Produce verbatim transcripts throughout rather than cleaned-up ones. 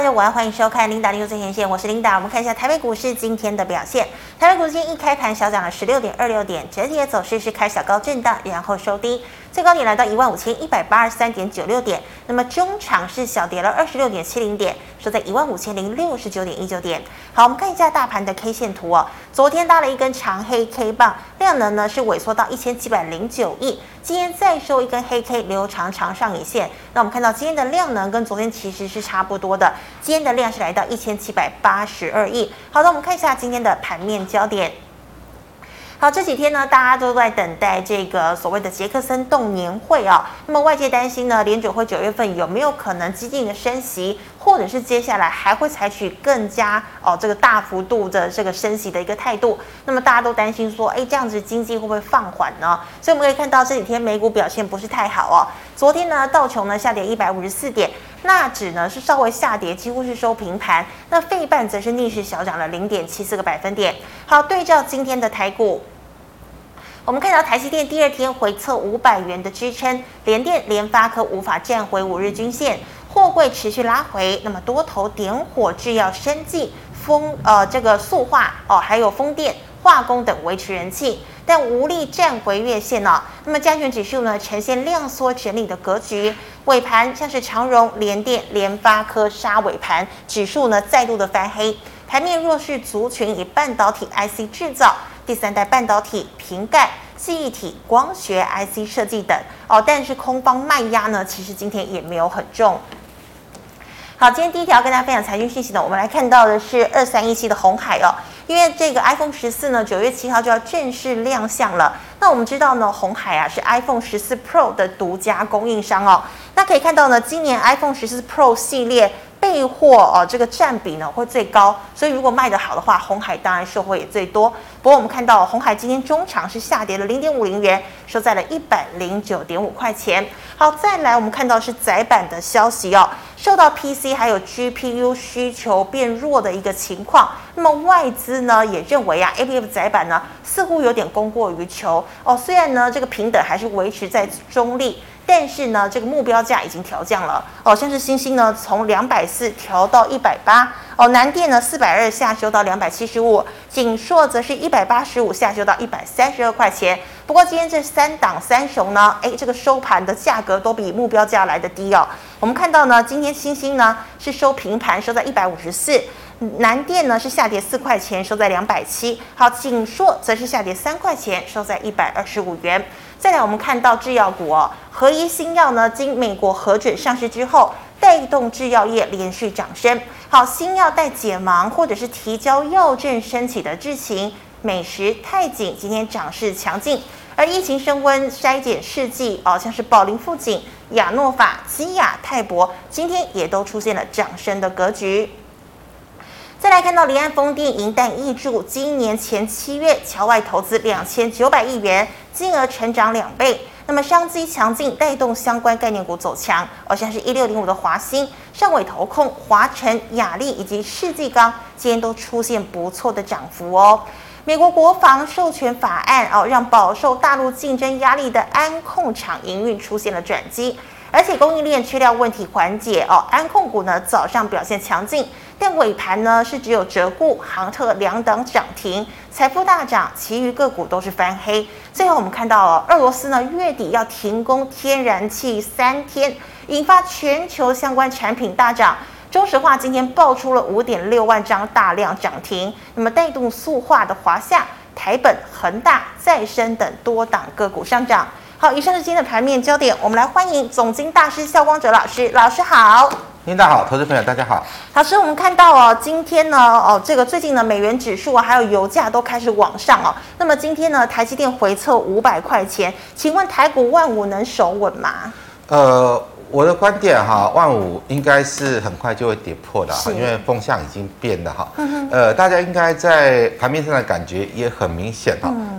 大家午安，欢迎收看琳达的 News 最前线，我是琳达。我们看一下台北股市今天的表现。台北股市今天一开盘小涨了十六点二六点，整体的走势是开小高震荡，然后收低，最高点来到一万五千一百八十三点九六点。那么中场是小跌了二十六点七零点，收在一万五千零六十九点一九点。好，我们看一下大盘的 K 线图哦。昨天搭了一根长黑 K 棒，量能呢是萎缩到一千七百零九亿。今天再收一根黑 K， 留长长上影线。那我们看到今天的量能跟昨天其实是差不多的，今天的量是来到一千七百八十二亿。好的，我们看一下今天的盘面焦点。好，这几天呢，大家都在等待这个所谓的杰克森动年会啊、哦。那么外界担心呢，联准会九月份有没有可能激进的升息，或者是接下来还会采取更加哦这个大幅度的这个升息的一个态度。那么大家都担心说，哎，这样子经济会不会放缓呢？所以我们可以看到这几天美股表现不是太好哦。昨天呢，道琼呢下跌一百五十四点，纳指呢是稍微下跌，几乎是收平盘。那费半则是逆势小涨了零点七四个百分点。好，对照今天的台股。我们看到台积电第二天回测五百元的支撑，联电、联发科无法站回五日均线，货柜持续拉回，那么多头点火、制药、生技、风呃这个塑化哦，还有风电、化工等维持人气，但无力站回月线哦。那么加权指数呢呈现量缩整理的格局，尾盘像是长荣、联电、联发科杀尾盘，指数呢再度的翻黑。盘面弱势族群以半导体 I C 制造、第三代半导体、瓶盖、记忆体、光学 I C 设计等哦，但是空方卖压呢，其实今天也没有很重。好，今天第一条跟大家分享财经讯息呢，我们来看到的是二三一七的鸿海哦，因为这个 iPhone 十四呢，九月七号就要正式亮相了。那我们知道呢，鸿海啊是 iPhone 十四 Pro 的独家供应商哦。那可以看到呢，今年 iPhone 十四 Pro 系列备货哦，这个占比呢会最高，所以如果卖得好的话，鸿海当然受惠也最多。不过我们看到鸿海今天中场是下跌了零点五零元，收在了一百零九点五块钱。好，再来我们看到是载板的消息哦，受到 P C 还有 G P U 需求变弱的一个情况，那么外资呢也认为啊 ，A B F 载板呢似乎有点供过于求哦，虽然呢这个平等还是维持在中立。但是呢，这个目标价已经调降了哦，像是星星呢，从两百四调到一百八哦，南电呢四百二下修到两百七十五，景硕则是一百八十五下修到一百三十二块钱。不过今天这三档三雄呢，哎，这个收盘的价格都比目标价来得低哦。我们看到呢，今天星星呢是收平盘，收在一百五十四。南电呢是下跌四块钱，收在两百七。好，景硕则是下跌三块钱，收在一百二十五元。再来，我们看到制药股哦，合一新药呢，经美国核准上市之后，带动制药业连续涨升。好，新药待解盲或者是提交药证申请的智勤、美食、泰景今天涨势强劲，而疫情升温筛检试剂哦，像是宝林富锦、亚诺法、基亚、泰博，今天也都出现了涨升的格局。再来看到离岸风电银弹挹注，今年前七月侨外投资两千九百亿元，金额成长两倍。那么商机强劲，带动相关概念股走强，而像是一六零五的华兴、上尾投控、华晨、雅力以及世纪钢，今天都出现不错的涨幅哦。美国国防授权法案哦，让饱受大陆竞争压力的安控厂营运出现了转机。而且供应链缺料问题缓解哦，安控股呢早上表现强劲，但尾盘呢是只有折固、航特两档涨停，财富大涨，其余个股都是翻黑。最后我们看到哦，俄罗斯呢月底要停供天然气三天，引发全球相关产品大涨。中石化今天爆出了五点六万张大量涨停，那么带动塑化的华夏、台本、恒大、再生等多档个股上涨。好，以上是今天的盘面焦点，我们来欢迎总经大师萧光哲老师，老师好。 琳达好，投资朋友大家好。 老师，我们看到哦，今天呢，哦，这个最近呢，美元指数啊，还有油价都开始往上哦。那么今天呢，台积电回测五百块钱，请问台股万五能守稳吗？ 呃，我的观点哈，万五应该是很快就会跌破的哈，因为风向已经变了哈。嗯、呃，大家应该在盘面上的感觉也很明显哈。嗯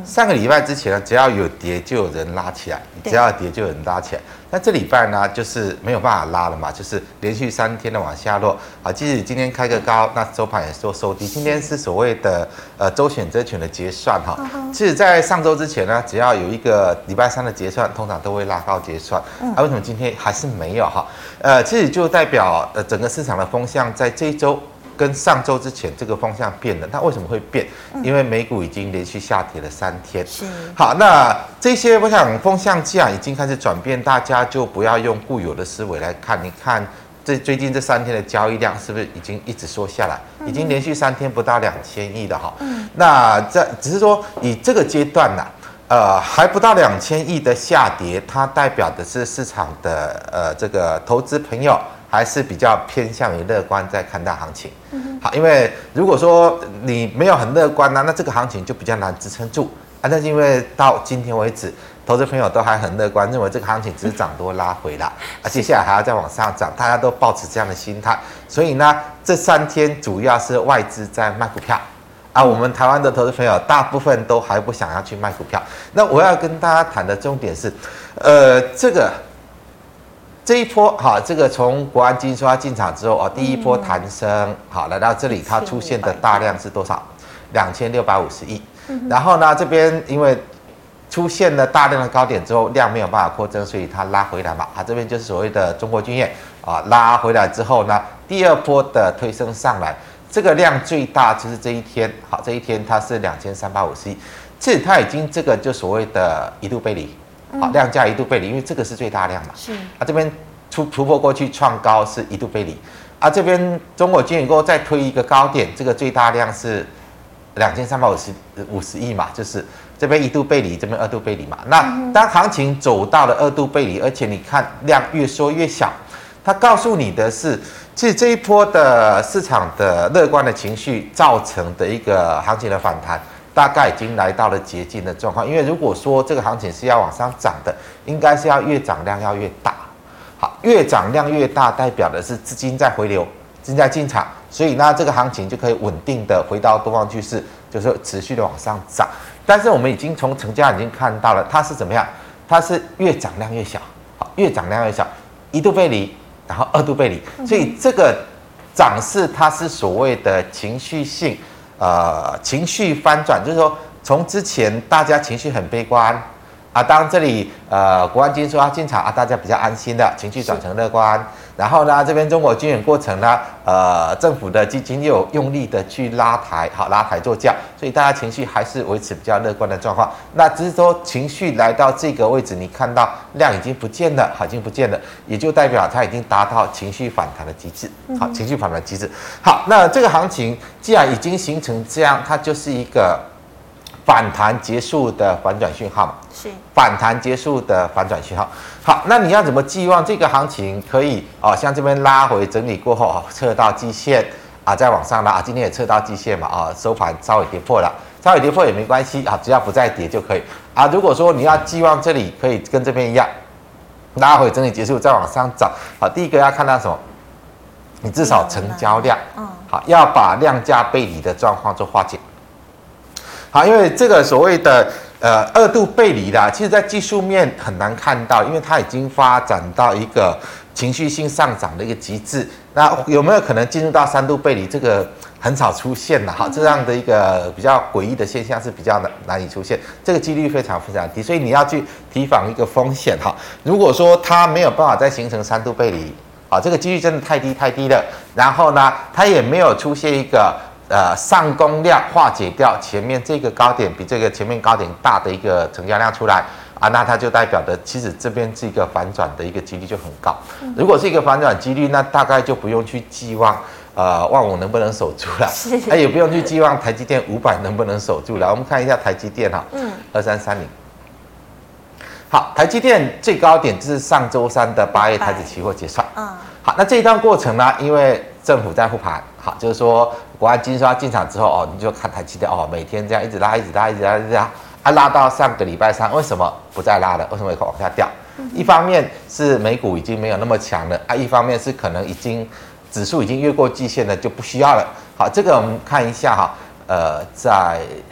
上个礼拜之前呢，只要有跌就有人拉起来，只要有跌就有人拉起来。那这礼拜呢，就是没有办法拉了嘛，就是连续三天的往下落。啊，即使今天开个高，那收盘也说收低。今天是所谓的呃周选择权的结算哈。其实，在上周之前呢，只要有一个礼拜三的结算，通常都会拉高结算。啊，为什么今天还是没有哈？呃，其实就代表呃整个市场的风向在这一周跟上周之前这个方向变了。那为什么会变？因为美股已经连续下跌了三天。 是。 好，那这些我想风向既然已经开始转变，大家就不要用固有的思维来看。你看这最近这三天的交易量是不是已经一直缩下来？已经连续三天不到两千亿了哈。嗯。那这只是说以这个阶段呢、啊，呃，还不到两千亿的下跌，它代表的是市场的呃这个投资朋友还是比较偏向于乐观在看待行情。嗯、好，因为如果说你没有很乐观呢、啊，那这个行情就比较难支撑住啊。但是因为到今天为止，投资朋友都还很乐观，认为这个行情只是涨多拉回啦，啊，接下来还要再往上涨，大家都抱持这样的心态。所以呢，这三天主要是外资在卖股票。啊，我们台湾的投资朋友大部分都还不想要去卖股票。那我要跟大家谈的重点是，呃，这个这一波哈，这个从国安基金说它进场之后啊，第一波弹升，好来到这里，它出现的大量是多少？两千六百五十亿。然后呢，这边因为出现了大量的高点之后，量没有办法扩增，所以它拉回来嘛。啊，这边就是所谓的中国经验啊，拉回来之后呢，第二波的推升上来。这个量最大就是这一天，好，这一天它是两千三百五十亿，其实它已经这个就所谓的一度背离，好，量价一度背离，因为这个是最大量嘛，是啊，这边突突破过去创高是一度背离，啊，这边中国经济过后再推一个高点，这个最大量是两千三百五十五十亿嘛，就是这边一度背离，这边二度背离嘛，那当行情走到了二度背离，而且你看量越缩越小，它告诉你的是。其实这一波的市场的乐观的情绪造成的一个行情的反弹，大概已经来到了接近的状况。因为如果说这个行情是要往上涨的，应该是要越涨量要越大。好，越涨量越大，代表的是资金在回流，资金在进场，所以呢，这个行情就可以稳定的回到多方趋势，就是持续的往上涨。但是我们已经从成交已经看到了，它是怎么样？它是越涨量越小，好，越涨量越小，一度背离。然后二度背离，所以这个涨势它是所谓的情绪性，呃，情绪翻转，就是说从之前大家情绪很悲观啊，当这里呃国安基金说要进场啊，大家比较安心的情绪转成乐观，然后呢这边中国军演过程呢，呃政府的基金又有用力的去拉抬，好拉抬做价，所以大家情绪还是维持比较乐观的状况。那只是说情绪来到这个位置，你看到量已经不见了，好，已经不见了，也就代表它已经达到情绪反弹的机制，好，情绪反弹的机制。好，那这个行情既然已经形成这样，它就是一个反弹结束的反转讯号嘛，是反弹结束的反转讯号。好，那你要怎么寄望这个行情可以哦，像这边拉回整理过后啊，测到季线啊，再往上拉啊，今天也测到季线嘛啊，收盘稍微跌破了，稍微跌破也没关系啊，只要不再跌就可以啊。如果说你要寄望这里可以跟这边一样拉回整理结束再往上涨，好，第一个要看到什么？你至少成交量，嗯，好，要把量价背离的状况做化解。好，因为这个所谓的呃二度背离啦，其实在技术面很难看到，因为它已经发展到一个情绪性上涨的一个极致。那有没有可能进入到三度背离？这个很少出现了哈，这样的一个比较诡异的现象是比较难难以出现，这个几率非常非常低，所以你要去提防一个风险哈。如果说它没有办法再形成三度背离，啊，这个几率真的太低太低了。然后呢，它也没有出现一个。呃，上攻量化解掉前面这个高点比这个前面高点大的一个成交量出来啊，那它就代表的其实这边是一个反转的一个几率就很高。如果是一个反转几率，那大概就不用去寄望呃万五能不能守住了，哎，也不用去寄望台积电五百能不能守住了。我们看一下台积电哈，嗯，二三三零。好，台积电最高点就是上周三的八月台指期货结算。嗯，好，那这一段过程呢，因为政府在护盘，好，就是说国安基金说要进场之后哦，你就看台积电哦，每天这样一直拉，一直拉，一直拉，一直拉，啊，拉到上个礼拜三，为什么不再拉了？为什么会往下掉？一方面是美股已经没有那么强了啊，一方面是可能已经指数已经越过季线了，就不需要了。好，这个我们看一下哈，呃，在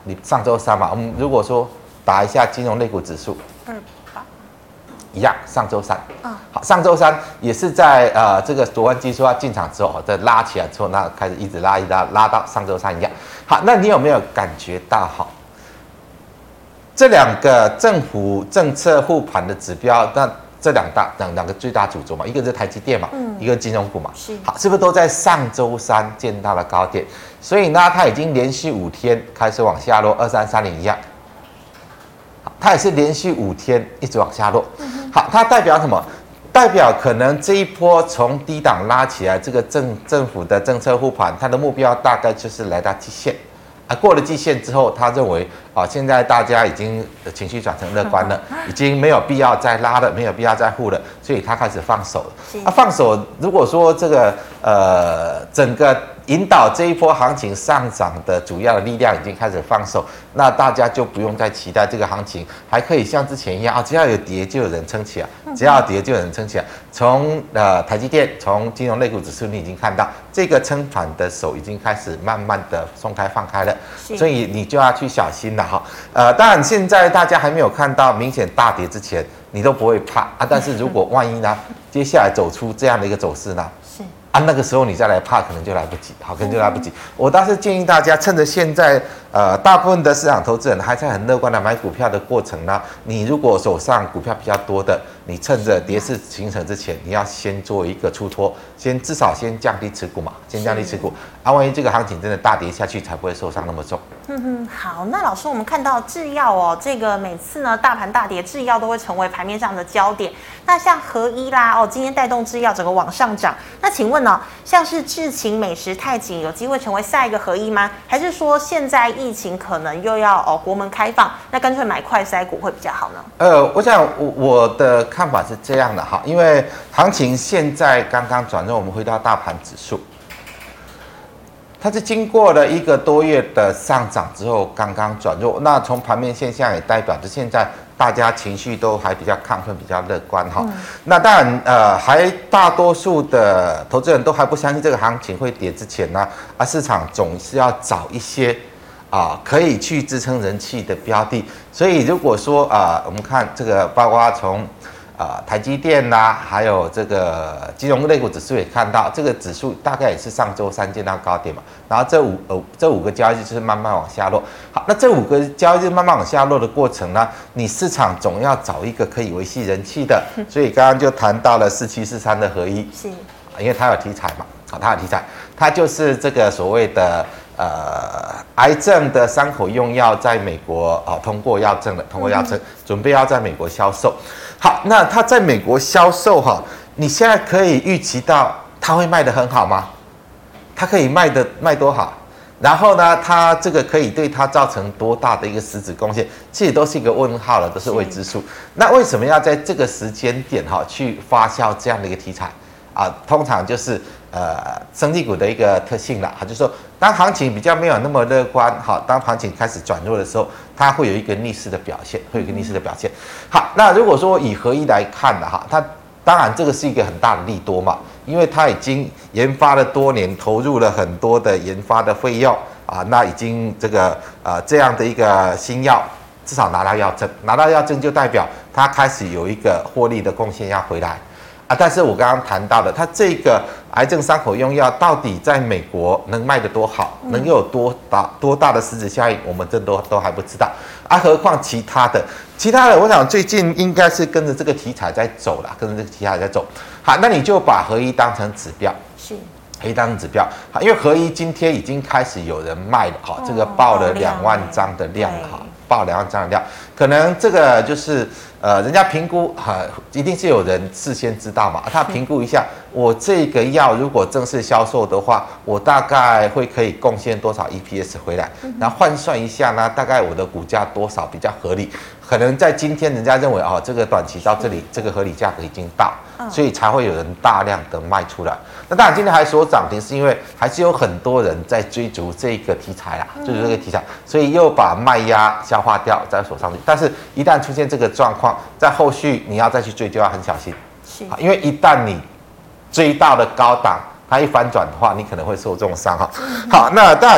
你上周三嘛，我们如果说打一下金融类股指数， 二八一样，上周三， 嗯， 好，上周三也是在呃这个昨晚技术要进场之后，再拉起来之后，那开始一直拉一拉，拉到上周三一样。好，那你有没有感觉到哈？这两个政府政策护盘的指标，那这两大两两个最大主轴嘛，一个是台积电嘛，嗯，一个金融股嘛， 是好，是不是都在上周三见到了高点？所以呢，它已经连续五天开始往下落，二三三零一样，好，它也是连续五天一直往下落，嗯、好，它代表什么？代表可能这一波从低档拉起来，这个政政府的政策护盘，它的目标大概就是来到季线。啊，过了季线之后，他认为啊，现在大家已经情绪转成乐观了，已经没有必要再拉了，没有必要再护了，所以他开始放手了。啊，放手，如果说这个呃整个引导这一波行情上涨的主要的力量已经开始放手，那大家就不用再期待这个行情还可以像之前一样啊，只要有跌就有人撑起来，只要跌就有人撑起来。从呃台积电，从金融类股指数，你已经看到这个撑盘的手已经开始慢慢的松开放开了，所以你就要去小心了哈。呃，当然现在大家还没有看到明显大跌之前，你都不会怕啊。但是如果万一呢，接下来走出这样的一个走势呢？是。啊，那个时候你再来怕，可能就来不及，好，可能就来不及。我倒是建议大家，趁着现在，呃，大部分的市场投资人还在很乐观的买股票的过程呢，你如果手上股票比较多的，你趁着跌势形成之前，你要先做一个出脱，先至少先降低持股嘛，先降低持股，啊，万一这个行情真的大跌下去，才不会受伤那么重。 嗯哼，好，那老师，我们看到制药哦，这个每次呢大盘大跌，制药都会成为盘面上的焦点。那像合一啦，哦，今天带动制药整个往上涨。那请问呢、哦，像是智勤、美食、太景有机会成为下一个合一吗？还是说现在疫情可能又要哦国门开放，那干脆买快筛股会比较好呢？ 呃，我想我我的看法是这样的哈，因为行情现在刚刚转弱，我们回到大盘指数。它是经过了一个多月的上涨之后，刚刚转弱。那从盘面现象也代表着现在大家情绪都还比较亢奋、比较乐观哈。嗯、那当然，呃，还大多数的投资人都还不相信这个行情会跌之前呢，啊，市场总是要找一些啊可以去支撑人气的标的。所以如果说啊，我们看这个，包括从啊、呃，台积电呐、啊，还有这个金融类股指数也看到，这个指数大概也是上周三见到高点嘛，然后这五呃这五个交易日就是慢慢往下落。好，那这五个交易日慢慢往下落的过程呢，你市场总要找一个可以维系人气的，所以刚刚就谈到了四七四三的合一，是，因为它有题材嘛，好，它有题材，它就是这个所谓的呃癌症的伤口用药在美国啊、哦、通过药证了，通过药证，嗯、准备要在美国销售。好，那它在美国销售哈，你现在可以预期到它会卖得很好吗？它可以卖的卖多好？然后呢，它这个可以对它造成多大的一个实质贡献？其实都是一个问号了，都是未知数。那为什么要在这个时间点哈去发酵这样的一个题材啊？通常就是呃，生技股的一个特性啦，就是说，当行情比较没有那么乐观，好，当行情开始转弱的时候，它会有一个逆势的表现，会有一个逆势的表现。好，那如果说以合一来看的哈，它当然这个是一个很大的利多嘛，因为它已经研发了多年，投入了很多的研发的费用啊，那已经这个呃这样的一个新药，至少拿到药证，拿到药证就代表它开始有一个获利的贡献要回来。啊，但是我刚刚谈到的，它这个癌症伤口用药到底在美国能卖得多好，能有多大多大的实质效应，我们这都都还不知道啊。何况其他的，其他的，我想最近应该是跟着这个题材在走啦，跟着这个题材在走。好，那你就把合一当成指标，是合一当成指标。好，因为合一今天已经开始有人卖了，好，这个报了两万张的量了，哈，报两万张的量，可能这个就是。呃，人家评估哈、呃，一定是有人事先知道嘛，他评估一下，我这个药如果正式销售的话，我大概会可以贡献多少 E P S 回来，然后换算一下呢，大概我的股价多少比较合理？可能在今天人家认为哦，这个短期到这里，这个合理价格已经到，所以才会有人大量的卖出来。那当然今天还所涨停，是因为还是有很多人在追逐这个题材啦，追逐这个题材，所以又把卖压消化掉再锁上去。但是，一旦出现这个状况，在后续你要再去追就要很小心，是，因为一旦你追到了高档，它一反转的话，你可能会受重伤哈。好，那当然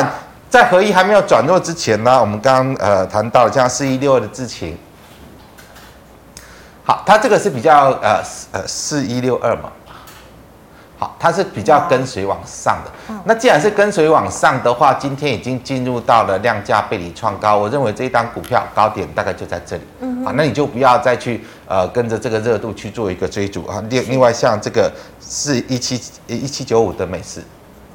在合一还没有转弱之前呢，我们刚刚呃谈到像四一六二的智勤，好，它这个是比较呃呃四一六二嘛。好，它是比较跟随往上的。嗯、那既然是跟随往上的话，今天已经进入到了量价背离创高，我认为这一档股票高点大概就在这里。嗯，好，那你就不要再去呃跟着这个热度去做一个追逐啊。另另外像这个是一七一七九五的美食，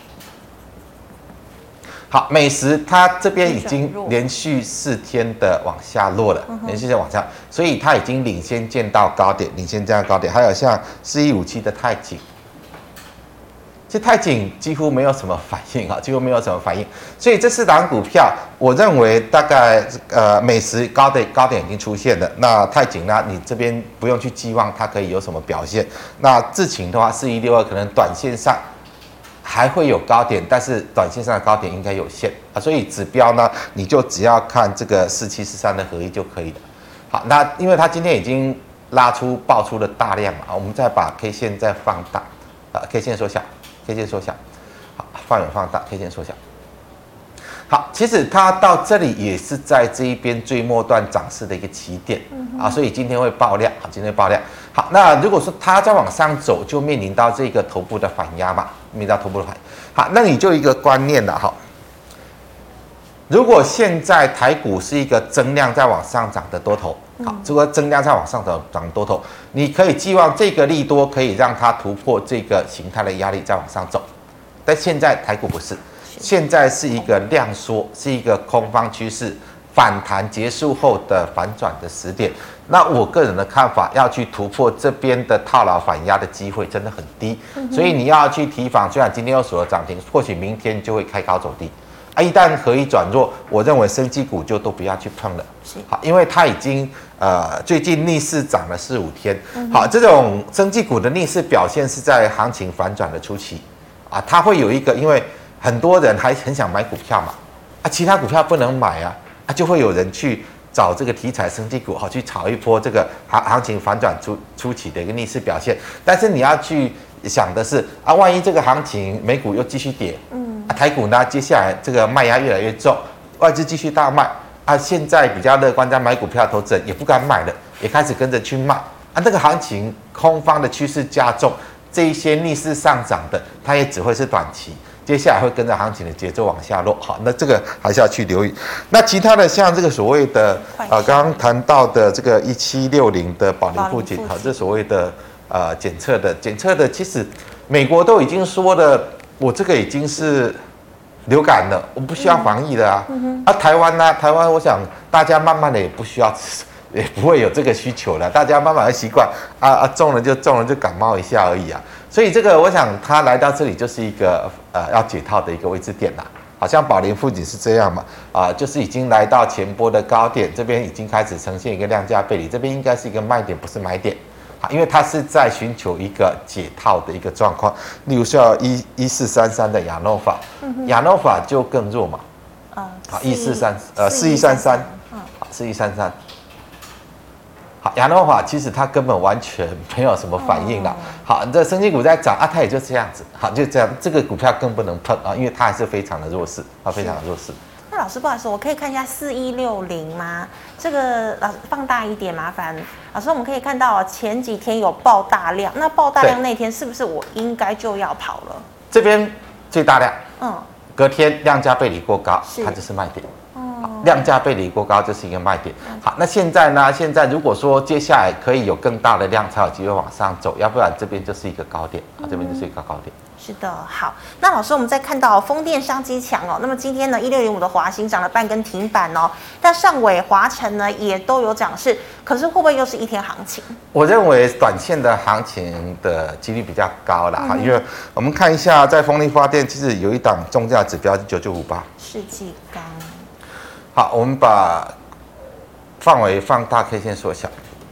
好，美食它这边已经连续四天的往下落了，连续的往下，所以它已经领先见到高点，领先见到高点。还有像四一五七的太景。其实太景几乎没有什么反应啊，几乎没有什么反应，所以这四档股票，我认为大概呃美食高点高点已经出现了，那太景呢，你这边不用去寄望它可以有什么表现。那智勤的话，四一六二可能短线上还会有高点，但是短线上的高点应该有限啊，所以指标呢，你就只要看这个四七四三的合一就可以了。好，那因为它今天已经拉出爆出了大量嘛，我们再把 K 线再放大，啊 K 线缩小。K 线缩小，好，放远放大 ，K 线缩小。好，其实它到这里也是在这一边最末段涨势的一个起点、嗯、啊，所以今天会爆量，好，今天会爆量。好，那如果说它再往上走，就面临到这个头部的反压嘛，面临到头部的反压。好，那你就一个观念了哈。如果现在台股是一个增量在往上涨的多头，好，这个增量在往上涨涨多头，你可以寄望这个利多可以让它突破这个形态的压力再往上走，但现在台股不是，现在是一个量缩，是一个空方趋势，反弹结束后的反转的时点。那我个人的看法，要去突破这边的套牢反压的机会真的很低，所以你要去提防，虽然今天又锁了涨停，或许明天就会开高走低。啊，一旦合一转弱，我认为生技股就都不要去碰了。好，因为它已经呃最近逆势涨了四五天。好，这种生技股的逆势表现是在行情反转的初期啊，它会有一个，因为很多人还很想买股票嘛，啊，其他股票不能买啊，啊，就会有人去找这个题材生技股，好去炒一波这个行行情反转初初期的一个逆势表现。但是你要去想的是啊，万一这个行情美股又继续跌，嗯。台股呢，接下来这个卖压越来越重，外资继续大卖啊。现在比较乐观，在买股票的投资人也不敢买了，也开始跟着去卖啊。这个行情空方的趋势加重，这一些逆势上涨的，它也只会是短期，接下来会跟着行情的节奏往下落。好，那这个还是要去留意。那其他的像这个所谓的啊，刚刚谈到的这个一七六零的宝林富锦，好，这所谓的呃检测的检测的，其实美国都已经说了。我这个已经是流感了，我不需要防疫的啊。嗯、啊，台湾呢、啊？台湾，我想大家慢慢的也不需要，也不会有这个需求了。大家慢慢的习惯啊啊，中了就中了，就感冒一下而已啊。所以这个，我想他来到这里就是一个呃要解套的一个位置点啦。好像宝林富锦是这样嘛，啊，就是已经来到前波的高点，这边已经开始呈现一个量价背离，这边应该是一个卖点，不是买点。因为它是在寻求一个解套的一个状况，例如像一一四三三的亚诺法，亚诺法就更弱嘛，啊，一四三呃四一三三，好四一三三，好亚诺法其实它根本完全没有什么反应啦，好这生技股在涨啊，它也就这样子，好就这样，这个股票更不能碰啊，因为它还是非常的弱势，啊非常的弱势。 那老师不好意思，我可以看一下四一六零吗？这个老师放大一点，麻烦老师，我们可以看到前几天有爆大量，那爆大量那天是不是我应该就要跑了？ 这边最大量，嗯，隔天量价背离过高，它就是卖点。哦，量价背离过高，这是一个卖点。好，那现在呢？现在如果说接下来可以有更大的量，才有机会往上走，要不然这边就是一个高点啊，这边就是一个高点。 是的，好，那老师，我们再看到风电商机强哦，那么今天呢，一六零五的华兴涨了半根停板哦，但上尾、华晨呢也都有涨势，可是会不会又是一天行情？我认为短线的行情的几率比较高啦，哈、嗯，因为我们看一下在风力发电，其实有一档重价指标是九九五八，世纪钢。好，我们把范围放大 ，K 线缩小。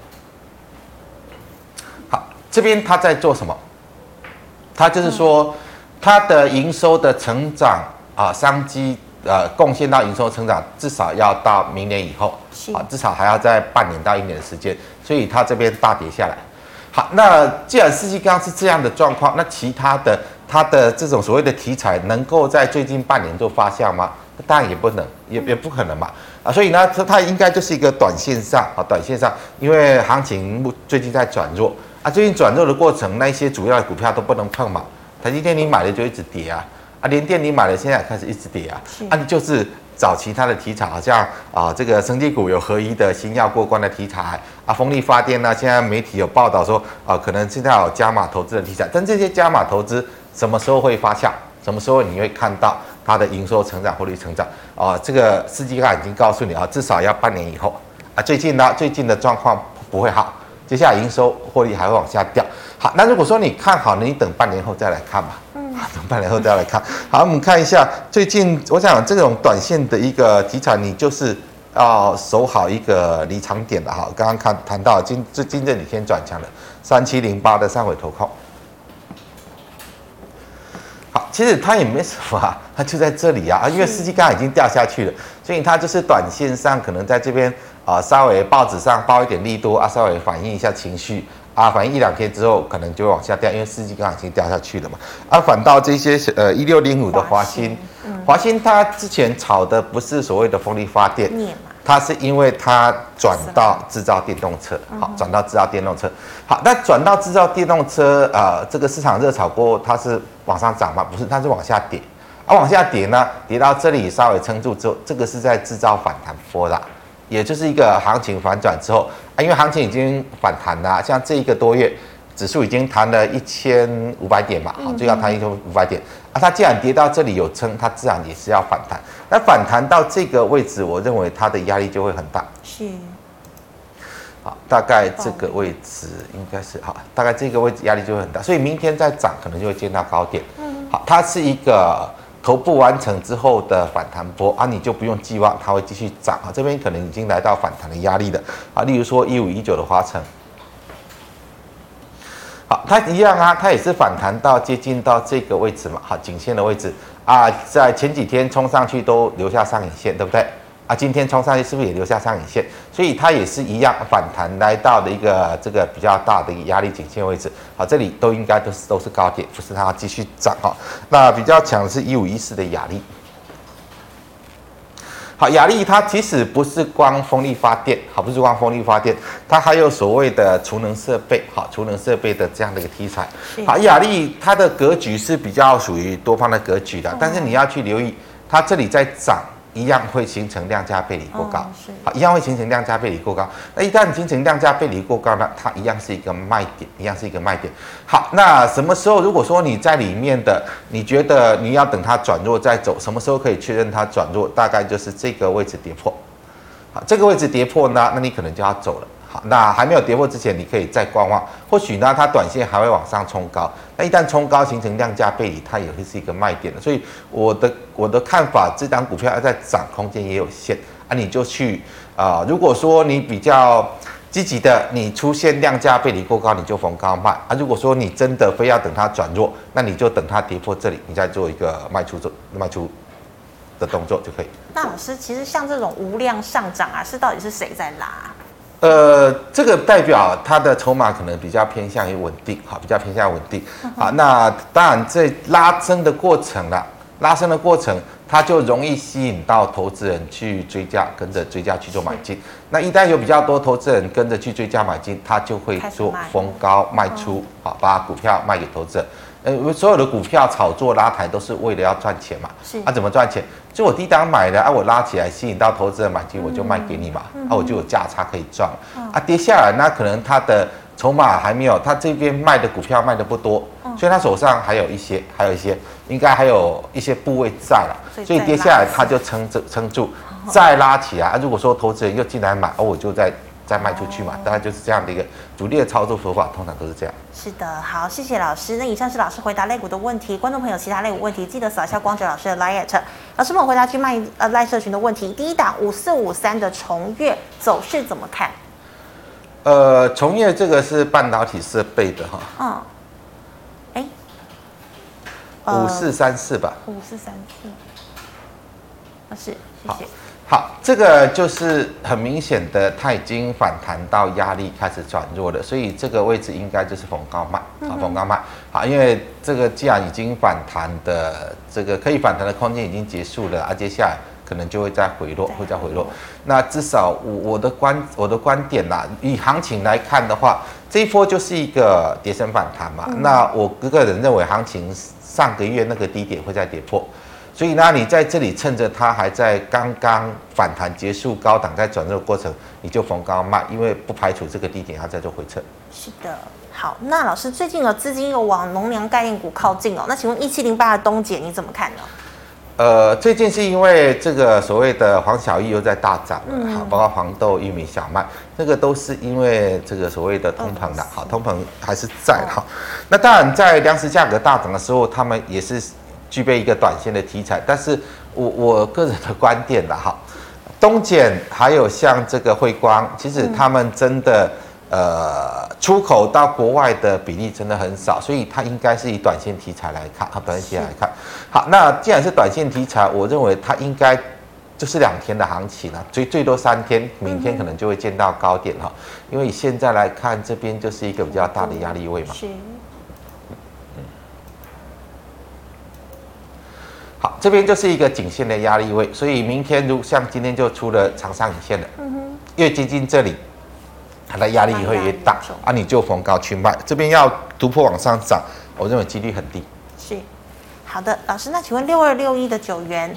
好，这边它在做什么？它就是说，它的营收的成长啊，商机呃贡献到营收成长，至少要到明年以后，啊，至少还要在半年到一年的时间，所以它这边大跌下来。好，那既然世纪钢是这样的状况，那其他的它的这种所谓的题材能够在最近半年做发酵吗？当然也不能，也也不可能嘛。啊，所以呢，它它应该就是一个短线上啊，短线上，因为行情最近在转弱啊，最近转弱的过程，那一些主要的股票都不能碰嘛。台积电你买了就一直跌啊，啊，联电你买了现在也开始一直跌啊，啊，你就是找其他的题材，好像啊这个生技股有合一的新药过关的题材啊，风力发电呢，现在媒体有报道说啊，可能现在有加码投资的题材，但这些加码投资什么时候会发酵？什么时候你会看到它的营收成长、获利成长啊？这个世纪刚已经告诉你啊，至少要半年以后啊。最近呢，最近的状况不会好，接下来营收、获利还会往下掉。好，那如果说你看好，你等半年后再来看嘛。嗯，等半年后再来看。好，我们看一下最近，我想这种短线的一个题材，你就是要守好一个离场点的哈。刚刚看谈到今这今这几天转强了，三七零八的上尾投控。好，其实它也没什么啊，它就在这里啊，因为世纪钢已经掉下去了，所以它就是短线上可能在这边啊、呃，稍微报纸上报一点利多啊，稍微反映一下情绪啊，反映一两天之后可能就会往下掉，因为世纪钢已经掉下去了嘛。啊，反倒这些呃一六零五的华兴，华兴它之前炒的不是所谓的风力发电。它是因为它转到制造电动车，好，转到制造电动车，好，那转到制造电动车，呃，这个市场热炒过后，它是往上涨吗？不是，它是往下跌，啊，往下跌呢，跌到这里稍微撑住之后，这个是在制造反弹波啦，也就是一个行情反转之后，啊，因为行情已经反弹啦，像这一个多月。指数已经弹了一千五百点嘛，好，最高弹一千五百点啊。它既然跌到这里有撑，它自然也是要反弹。那反弹到这个位置，我认为它的压力就会很大。 是， 好，大概这个位置应该是好，大概这个位置压力就会很大，所以明天再涨可能就会见到高点。嗯，好，它是一个头部完成之后的反弹波啊，你就不用寄望它会继续涨啊。这边可能已经来到反弹的压力了啊，例如说一五一九的华城。好，它一样啊，它也是反弹到接近到这个位置嘛，好，颈线的位置啊，在前几天冲上去都留下上影线，对不对？啊，今天冲上去是不是也留下上影线？所以它也是一样反弹来到的一个这个比较大的一个压力颈线位置，好，这里都应该都是都是高点，不是它要继续涨哈。那比较强的是一五一四的亚力。好，亚力它其实不是光风力发电，好，不是光风力发电，它还有所谓的储能设备，好，储能设备的这样的一个题材。好，亚力它的格局是比较属于多方的格局的，但是你要去留意，它这里在涨。一样会形成量价背离过高，好，一样会形成量价背离过高。那一旦形成量价背离过高呢，它一样是一个卖点，一样是一个卖点。好，那什么时候如果说你在里面的，你觉得你要等它转弱再走，什么时候可以确认它转弱？大概就是这个位置跌破。好，这个位置跌破呢，那你可能就要走了。好，那还没有跌破之前，你可以再观望，或许呢，它短线还会往上冲高。那一旦冲高形成量价背离，它也会是一个卖点的。所以我的我的看法，这档股票要再涨，空间也有限啊，你就去啊、呃。如果说你比较积极的，你出现量价背离过高，你就逢高卖啊。如果说你真的非要等它转弱，那你就等它跌破这里，你再做一个卖出做卖出的动作就可以。 那老师，其实像这种无量上涨啊，是到底是谁在拉、啊？ 呃，这个代表它的筹码可能比较偏向于稳定，好，比较偏向稳定。好，那当然在拉升的过程啦，拉升的过程，它就容易吸引到投资人去追加，跟着追加去做买进。那一旦有比较多投资人跟着去追加买进，他就会做逢高卖出，好，把股票卖给投资人。呃，所有的股票炒作拉抬都是为了要赚钱嘛？是啊，怎么赚钱？就我低档买的啊，我拉起来吸引到投资人买进，我就卖给你嘛，嗯、啊，我就有价差可以赚。嗯、啊，跌下来那可能它的筹码还没有，他这边卖的股票卖的不多，嗯、所以他手上还有一些，还有一些，应该还有一些部位在了，所以跌下来他就撑着撑住，哦、再拉起来。啊，如果说投资人又进来买，哦，我就再再卖出去嘛，大概就是这样的一个主力的操作手法，通常都是这样。 是的，好，谢谢老师。那以上是老师回答类股的问题，观众朋友其他类股问题，记得扫一下光哲老师的 Line。老师们回答去卖呃 Line 社群的问题。第一档五四五三的重越走势怎么看？ 呃，重越这个是半导体设备的哈。嗯。哎。五四三四吧。 五四三四。啊，是，谢谢。 好，这个就是很明显的，它已经反弹到压力开始转弱了，所以这个位置应该就是逢高卖，啊，逢高卖。好，因为这个既然已经反弹的这个可以反弹的空间已经结束了，啊，接下来可能就会再回落，会再回落。那至少我我的观我的观点啦，以行情来看的话，这一波就是一个跌升反弹嘛。嗯、那我个人认为，行情上个月那个低点会再跌破。所以呢，你在这里趁着它还在刚刚反弹结束高档在转弱的过程，你就逢高卖，因为不排除这个低点要再做回撤。 是的，好，那老师最近有资金有往农粮概念股靠近哦，那请问一七零八的东碱你怎么看呢？ 呃，最近是因为这个所谓的黄小玉又在大涨了，好、嗯，包括黄豆、玉米、小麦，那个都是因为这个所谓的通膨的，好，通膨还是在哈、哦。那当然，在粮食价格大涨的时候，他们也是具备一个短线的题材，但是我我个人的观点啦，哈，东碱还有像这个汇光，其实他们真的、嗯、呃出口到国外的比例真的很少，所以它应该是以短线题材来看，好，短线题材来看，好，那既然是短线题材，我认为它应该就是两天的行情了，最最多三天，明天可能就会见到高点哈，因为以现在来看，这边就是一个比较大的压力位嘛。是。好，这边就是一个颈线的压力位，所以明天如像今天就出了长上影线了，嗯哼，越接近这里，它的压力会越大啊，你就逢高去卖。这边要突破往上涨，我认为几率很低。 是，好的，老师，那请问六二六一的九元，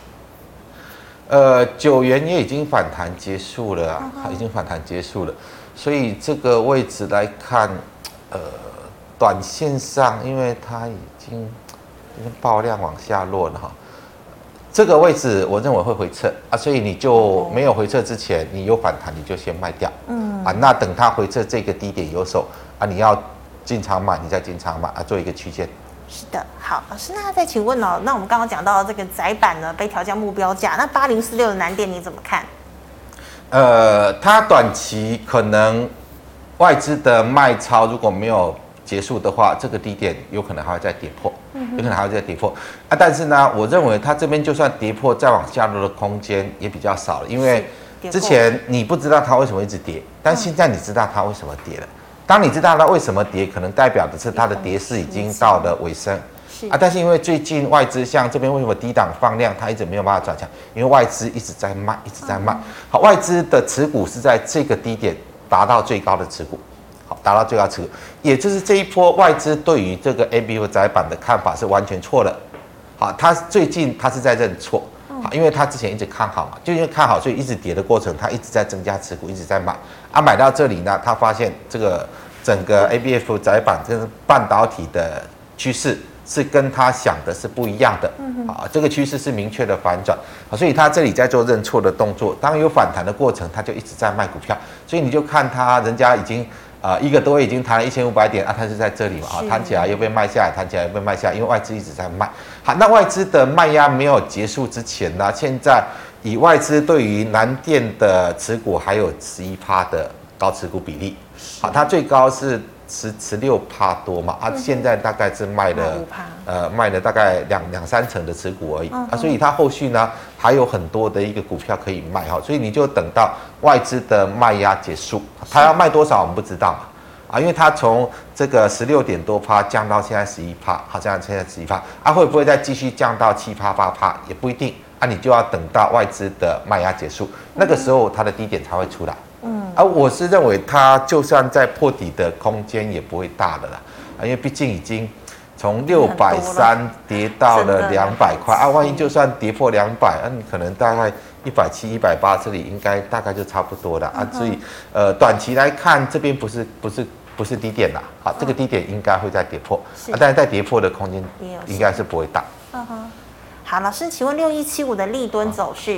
呃，九元也已经反弹结束了啊，它已经反弹结束了，所以这个位置来看，呃，短线上，因为它已经。爆量往下落了哈，这个位置我认为会回撤啊，所以你就没有回撤之前，你有反弹你就先卖掉，嗯啊，那等它回撤这个低点有手啊，你要进场买，你再进场买啊，做一个区间。 是的，好，老师，那再请问哦，那我们刚刚讲到这个载板呢被调降目标价，那八零四六的南电你怎么看？ 呃，它短期可能外资的卖超如果没有结束的话，这个低点有可能还会再跌破，有可能还会再跌破啊。但是呢，我认为它这边就算跌破，再往下落的空间也比较少了，因为之前你不知道它为什么一直跌，但现在你知道它为什么跌了。当你知道它为什么跌，可能代表的是它的跌势已经到了尾声啊。但是因为最近外资像这边为什么低档放量，它一直没有办法转强，因为外资一直在卖，一直在卖。好，外资的持股是在这个低点达到最高的持股。好，达到最高持股，也就是这一波外资对于这个 A B F 载板的看法是完全错的。好，他最近他是在认错，好，因为他之前一直看好嘛，就因为看好，所以一直跌的过程，他一直在增加持股，一直在买。啊，买到这里呢，他发现这个整个 A B F 载板跟半导体的趋势是跟他想的是不一样的。好，这个趋势是明确的反转，好，所以他这里在做认错的动作。当有反弹的过程，他就一直在卖股票，所以你就看他人家已经。啊、呃，一个多月已经弹了一千五百点啊，它是在这里嘛，啊，弹起来又被卖下来，弹起来又被卖下来，因为外资一直在卖。好，那外资的卖压没有结束之前呢，现在以外资对于南电的持股还有十一趴的高持股比例，好，它最高是十十六趴多嘛，啊，现在大概是卖了呃卖了大概两两三成的持股而已啊，所以它后续呢还有很多的一个股票可以卖哈，所以你就等到外资的卖压结束，它要卖多少我们不知道嘛，啊，因为它从这个十六点多趴降到现在十一趴，好像现在十一趴，啊会不会再继续降到七趴八趴也不一定，啊你就要等到外资的卖压结束，那个时候它的低点才会出来。嗯，而、啊、我是认为它就算在破底的空间也不会大的啦，啊，因为毕竟已经从六百三跌到了两百块啊，万一就算跌破两百，啊，你可能大概一百七、一百八这里应该大概就差不多了啊，所以呃，短期来看这边不是不是不是低点啦，啊，这个低点应该会再跌破，啊，但是在跌破的空间应该是不会大。 嗯哼，好，老师，请问六一七五的立敦走势？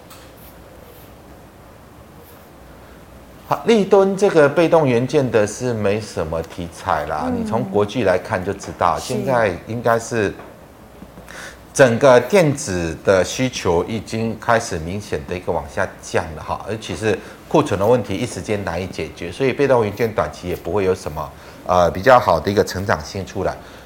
好，立敦这个被动元件的是没什么题材啦，嗯、你从国际来看就知道，现在应该是整个电子的需求已经开始明显的一个往下降了哈，而且是库存的问题一时间难以解决，所以被动元件短期也不会有什么呃比较好的一个成长性出来，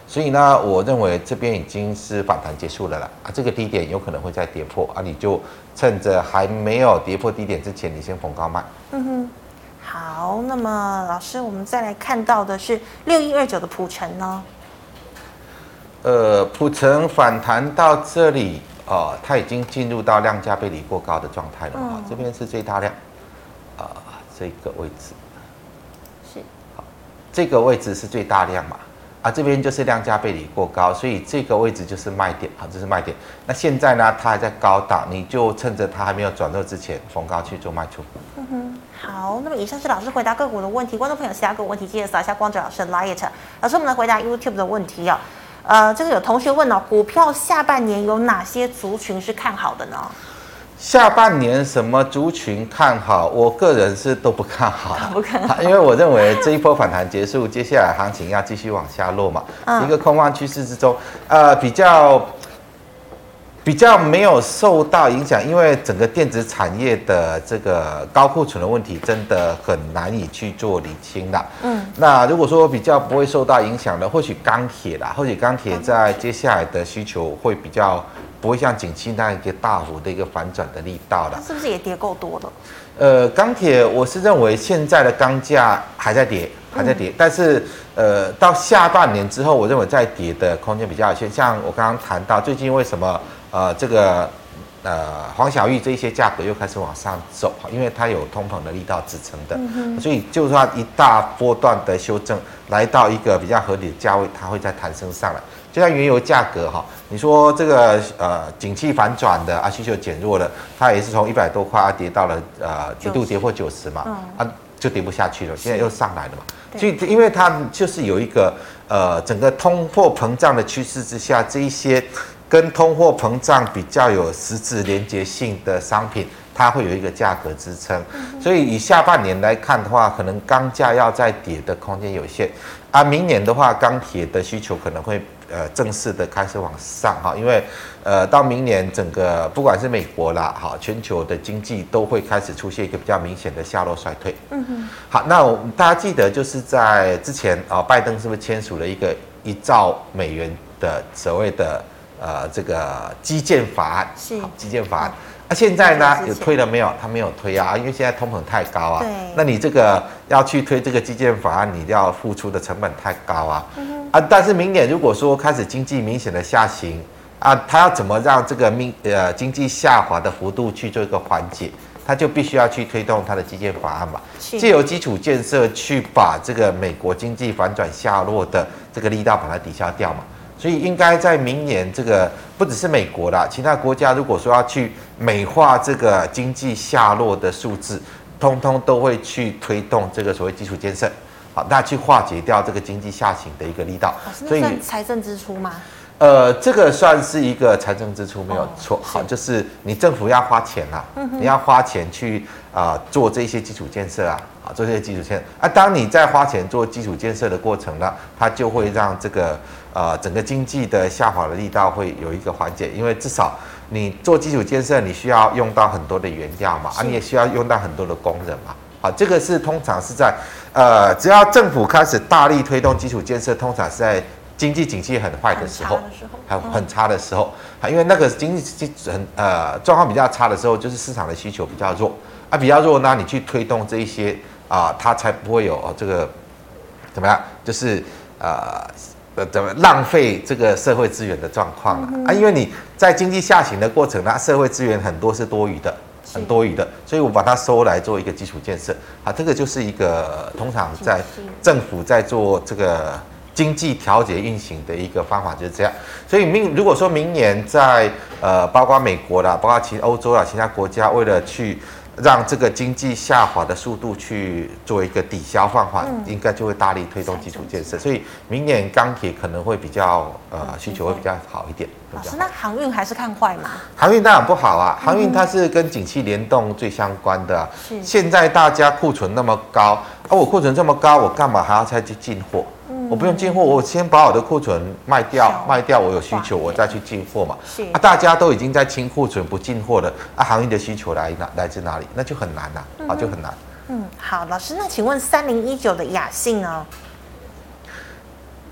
所以呢，我认为这边已经是反弹结束了啦，啊，这个低点有可能会再跌破啊，你就趁着还没有跌破低点之前，你先逢高卖。 嗯哼，好，那么老师，我们再来看到的是六一二九的普成呢？ 呃，普成反弹到这里，呃，它已经进入到量价背离过高的状态了啊、 嗯， 这边是最大量，啊、这个位置是， 好，这个位置是最大量嘛。啊，这边就是量价背离过高，所以这个位置就是卖点，好，这是卖点。那现在呢，它还在高档，你就趁着它还没有转弱之前，逢高去做卖出。 嗯哼，好，那么以上是老师回答个股的问题，观众朋友其他个股问题记得扫一下光哲老师的 Light。老师，我们来回答 YouTube 的问题哦。呃，这个有同学问哦，股票下半年有哪些族群是看好的呢？ 下半年什么族群看好？我个人是都不看好， 不看好， 因为我认为这一波反弹结束，接下来行情要继续往下落嘛，嗯、一个空方趋势之中，呃，比较比较没有受到影响，因为整个电子产业的这个高库存的问题真的很难以去做理清啦。嗯，那如果说比较不会受到影响的，或许钢铁啦，或许钢铁在接下来的需求会比较。不会像景气那样一个大幅的一个反转的力道了， 是不是也跌够多了？ 呃，钢铁我是认为现在的钢价还在跌，还在跌，嗯、但是呃，到下半年之后，我认为再跌的空间比较有限。像我刚刚谈到最近为什么呃这个呃黄小玉这一些价格又开始往上走，因为它有通膨的力道支撑的，嗯、所以就算一大波段的修正来到一个比较合理的价位，它会再弹升上来。就像原油价格哈，你说这个呃景气反转的啊，需求减弱了，它也是从一百多块啊跌到了呃一度跌破九十嘛，嗯、啊就跌不下去了，现在又上来了嘛。所以因为它就是有一个呃整个通货膨胀的趋势之下，这一些跟通货膨胀比较有实质连结性的商品，它会有一个价格支撑。嗯、所以以下半年来看的话，可能钢价要再跌的空间有限。啊，明年的话，钢铁的需求可能会呃正式的开始往上哈，因为呃到明年整个不管是美国啦哈，全球的经济都会开始出现一个比较明显的下落衰退。嗯哼。好，那我们大家记得就是在之前啊，拜登是不是签署了一个一兆美元的所谓的呃这个基建法案？是基建法案。啊，现在呢有推了没有？他没有推啊，因为现在通膨太高啊。对。那你这个要去推这个基建法案，你要付出的成本太高啊。嗯、啊，但是明年如果说开始经济明显的下行啊，他要怎么让这个明呃经济下滑的幅度去做一个缓解？他就必须要去推动他的基建法案嘛，借由基础建设去把这个美国经济反转下落的这个力道把它抵消掉嘛。所以应该在明年，这个不只是美国啦，其他国家如果说要去美化这个经济下落的数字，通通都会去推动这个所谓基础建设，好，那去化解掉这个经济下行的一个力道。 所以算财政支出吗？ 呃，这个算是一个财政支出没有错，好，就是你政府要花钱啦，你要花钱去啊、呃、做这些基础建设啊，啊做这些基础建设啊，当你在花钱做基础建设的过程呢，它就会让这个呃整个经济的下滑的力道会有一个缓解，因为至少你做基础建设，你需要用到很多的原料嘛，啊你也需要用到很多的工人嘛，好，这个是通常是在呃只要政府开始大力推动基础建设，通常是在经济景气很坏的时候，还有很差的时候，因为那个经济很呃状况比较差的时候，就是市场的需求比较弱啊，比较弱呢，你去推动这一些啊，它才不会有、哦、这个怎么样，就是呃呃怎么浪费这个社会资源的状况啊、嗯、啊，因为你在经济下行的过程呢，社会资源很多是多余的。很多余的，所以我把它收来做一个基础建设啊，这个就是一个通常在政府在做这个经济调节运行的一个方法就是这样。所以明如果说明年在呃包括美国啦，包括其欧洲啦，其他国家为了去让这个经济下滑的速度去做一个抵消放缓，嗯、应该就会大力推动基础建设。所以明年钢铁可能会比较呃需求会比较好一点。 老师，那航运还是看坏吗？ 航运当然不好啊，航运它是跟景气联动最相关的、啊。嗯、现在大家库存那么高，啊，我库存这么高，我干嘛还要再去进货？嗯、我不用进货，我先把我的库存卖掉，卖掉我有需求，我再去进货嘛。啊，大家都已经在清库存不进货了，啊，航运的需求来哪来自哪里？那就很难呐、啊，嗯、啊，就很难。 嗯，好，老师，那请问三零一九的雅信呢？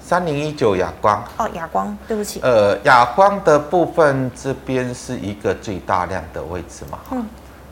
三零一九亚光。 哦，亚光，对不起。 呃，亚光的部分这边是一个最大量的位置嘛。嗯。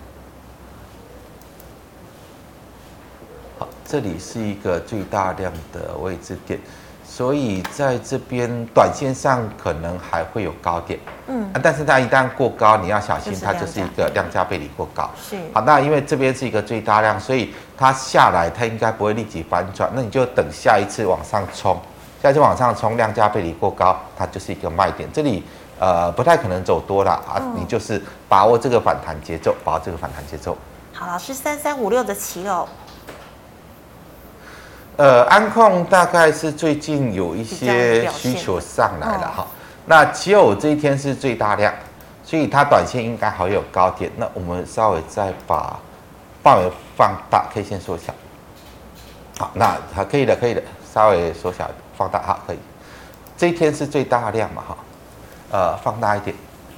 好，这里是一个最大量的位置点。所以在这边短线上可能还会有高点，嗯，啊、但是它一旦过高，你要小心，它就是一个量价背离过高。是，好，那因为这边是一个最大量，所以它下来它应该不会立即反转，那你就等下一次往上冲，下一次往上冲，量价背离过高，它就是一个卖点。这里呃不太可能走多了啊，嗯、你就是把握这个反弹节奏，把握这个反弹节奏。 好，老师，三三五六的奇偶。 呃，安控大概是最近有一些需求上来了哈。哦、那奇偶这一天是最大量，所以它短线应该还有高点。那我们稍微再把范围放大，可以先缩小。好，那好，可以的，可以的，稍微缩小放大，好，可以。这一天是最大量嘛哈，呃，放大一点。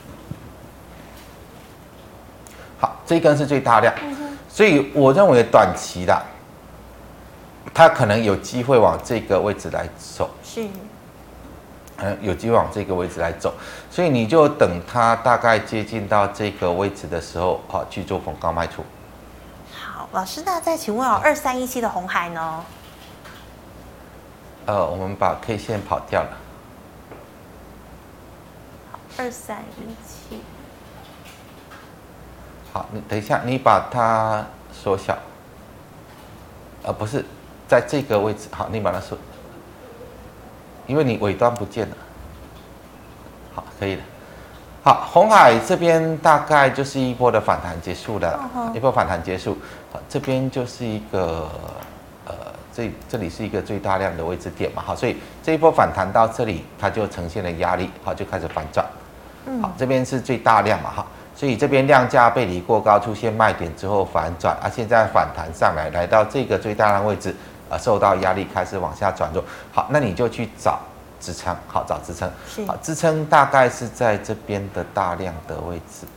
好，这一根是最大量，嗯、所以我认为短期的。它可能有机会往这个位置来走，是，嗯，有机会往这个位置来走，所以你就等它大概接近到这个位置的时候，好去做逢高卖出。 好，老师，那再请问哦，二三一七的鸿海呢？ 呃，我们把 K 线跑掉了。 好，二三一七。 好，你等一下，你把它缩小。呃，不是。在这个位置，好，你把它缩，因为你尾端不见了，好，可以的。好，鸿海这边大概就是一波的反弹结束了， uh huh. 一波反弹结束，好，这边就是一个呃，这这里是一个最大量的位置点嘛，好，所以这一波反弹到这里，它就呈现了压力，好，就开始反转，好，这边是最大量嘛，哈。所以这边量价背离过高，出现卖点之后反转，啊，现在反弹上来，来到这个最大量位置，呃，受到压力开始往下转弱。好，那你就去找支撑，好，找支撑，好，支撑大概是在这边的大量的位置，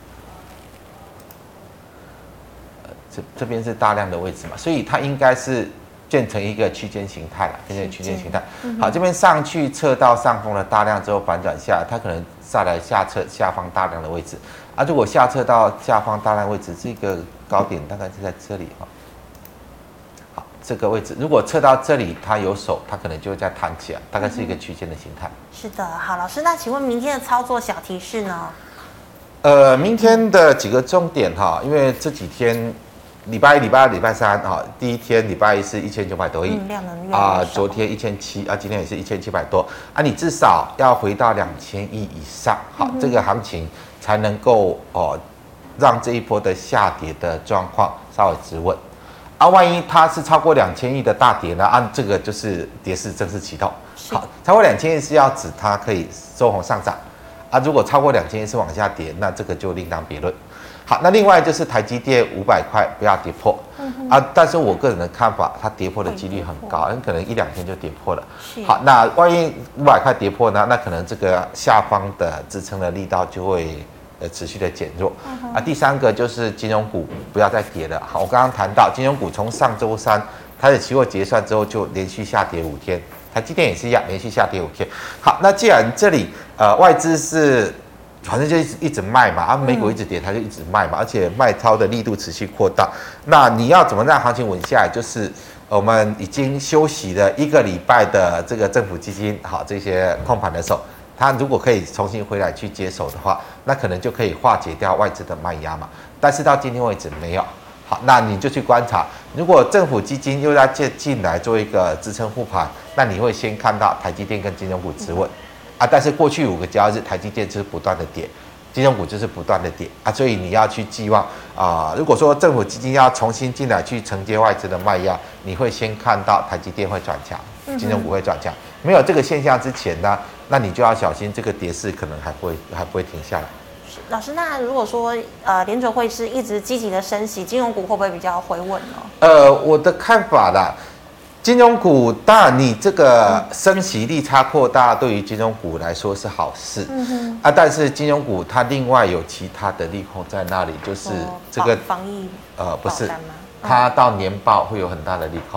呃，这这边是大量的位置嘛，所以它应该是变成一个区间形态了，变成区间形态。好，这边上去测到上风的大量之后反转下来，它可能再来下测下方大量的位置。啊，如果下测到下方大量位置，这个高点大概是在这里哈。好，这个位置如果测到这里，它有手，它可能就会再弹起来，大概是一个区间的形态。 是的，好，老师，那请问明天的操作小提示呢？ 呃，明天的几个重点哈，因为这几天礼拜一、礼拜二、礼拜三哈，第一天礼拜一是一千九百多亿， 量能啊，昨天一千七啊，今天也是一千七百多啊，你至少要回到两千亿以上，好，嗯、这个行情才能够哦，让这一波的下跌的状况稍微止稳啊。万一它是超过两千亿的大跌呢？按、啊、这个就是跌势正式启动。好，超过两千亿是要指它可以收红上涨啊。如果超过两千亿是往下跌，那这个就另当别论。好，那另外就是台积电五百块不要跌破、嗯、啊，但是我个人的看法，它跌破的几率很高，很可能一两天就跌破了。好，那万一五百块跌破呢？那可能这个下方的支撑的力道就会呃持续的减弱。嗯、啊，第三个就是金融股不要再跌了。好，我刚刚谈到金融股从上周三它的期货结算之后就连续下跌五天，台积电也是一样连续下跌五天。好，那既然这里呃外资是反正就一直一直卖嘛，啊，美股一直跌，它就一直卖嘛，而且卖超的力度持续扩大。那你要怎么让行情稳下来？就是我们已经休息了一个礼拜的这个政府基金，好，这些控盘的手，它如果可以重新回来去接手的话，那可能就可以化解掉外资的卖压嘛。但是到今天为止没有。好，那你就去观察，如果政府基金又要进进来做一个支撑护盘，那你会先看到台积电跟金融股止稳。啊，但是过去五个交易日，台积电就是不断的跌，金融股就是不断的跌啊，所以你要去寄望啊、呃，如果说政府基金要重新进来去承接外资的卖压，你会先看到台积电会转强，金融股会转强。没有这个现象之前呢，那你就要小心这个跌势可能还不会还不会停下来。 老师，那如果说呃联准会是一直积极的升息，金融股会不会比较回稳呢？ 呃，我的看法啦。金融股当然，你这个升息利差扩大，对于金融股来说是好事，嗯哼啊，但是金融股它另外有其他的利空在那里，就是这个、 哦、防疫呃不是，它到年报会有很大的利空，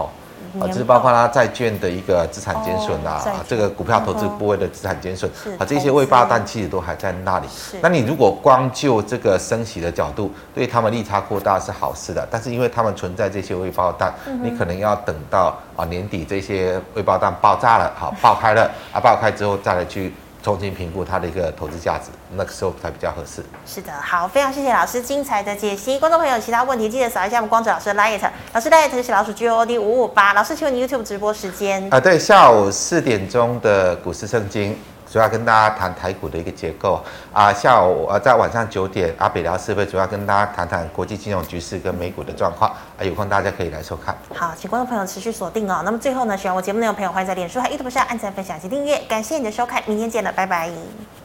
啊，就是包括它债券的一个资产减损啊， 哦、 这个股票投资部位的资产减损， 嗯、 啊，这些未爆弹其实都还在那里。那你如果光就这个升息的角度，对他们利差扩大是好事的，但是因为他们存在这些未爆弹，嗯、你可能要等到啊年底这些未爆弹爆炸了，好爆开了啊，爆开之后再来去重新评估它的一个投资价值，那个时候才比较合适。 是的，好，非常谢谢老师精彩的解析。观众朋友有其他问题记得扫一下我们光子老师的 Light， 老师 Light 是老鼠 G O O D 五五八。老师，请问你 YouTube 直播时间？ 啊，对，下午四点钟的股市圣经。主要跟大家谈台股的一个结构啊，下午呃在晚上九点阿北聊是非主要跟大家谈谈国际金融局势跟美股的状况啊，有空大家可以来收看。 好，请观众朋友持续锁定哦。那么最后呢，喜欢我节目内容的朋友，欢迎在脸书和 YouTube 上按赞、分享及订阅。感谢你的收看，明天见了，拜拜。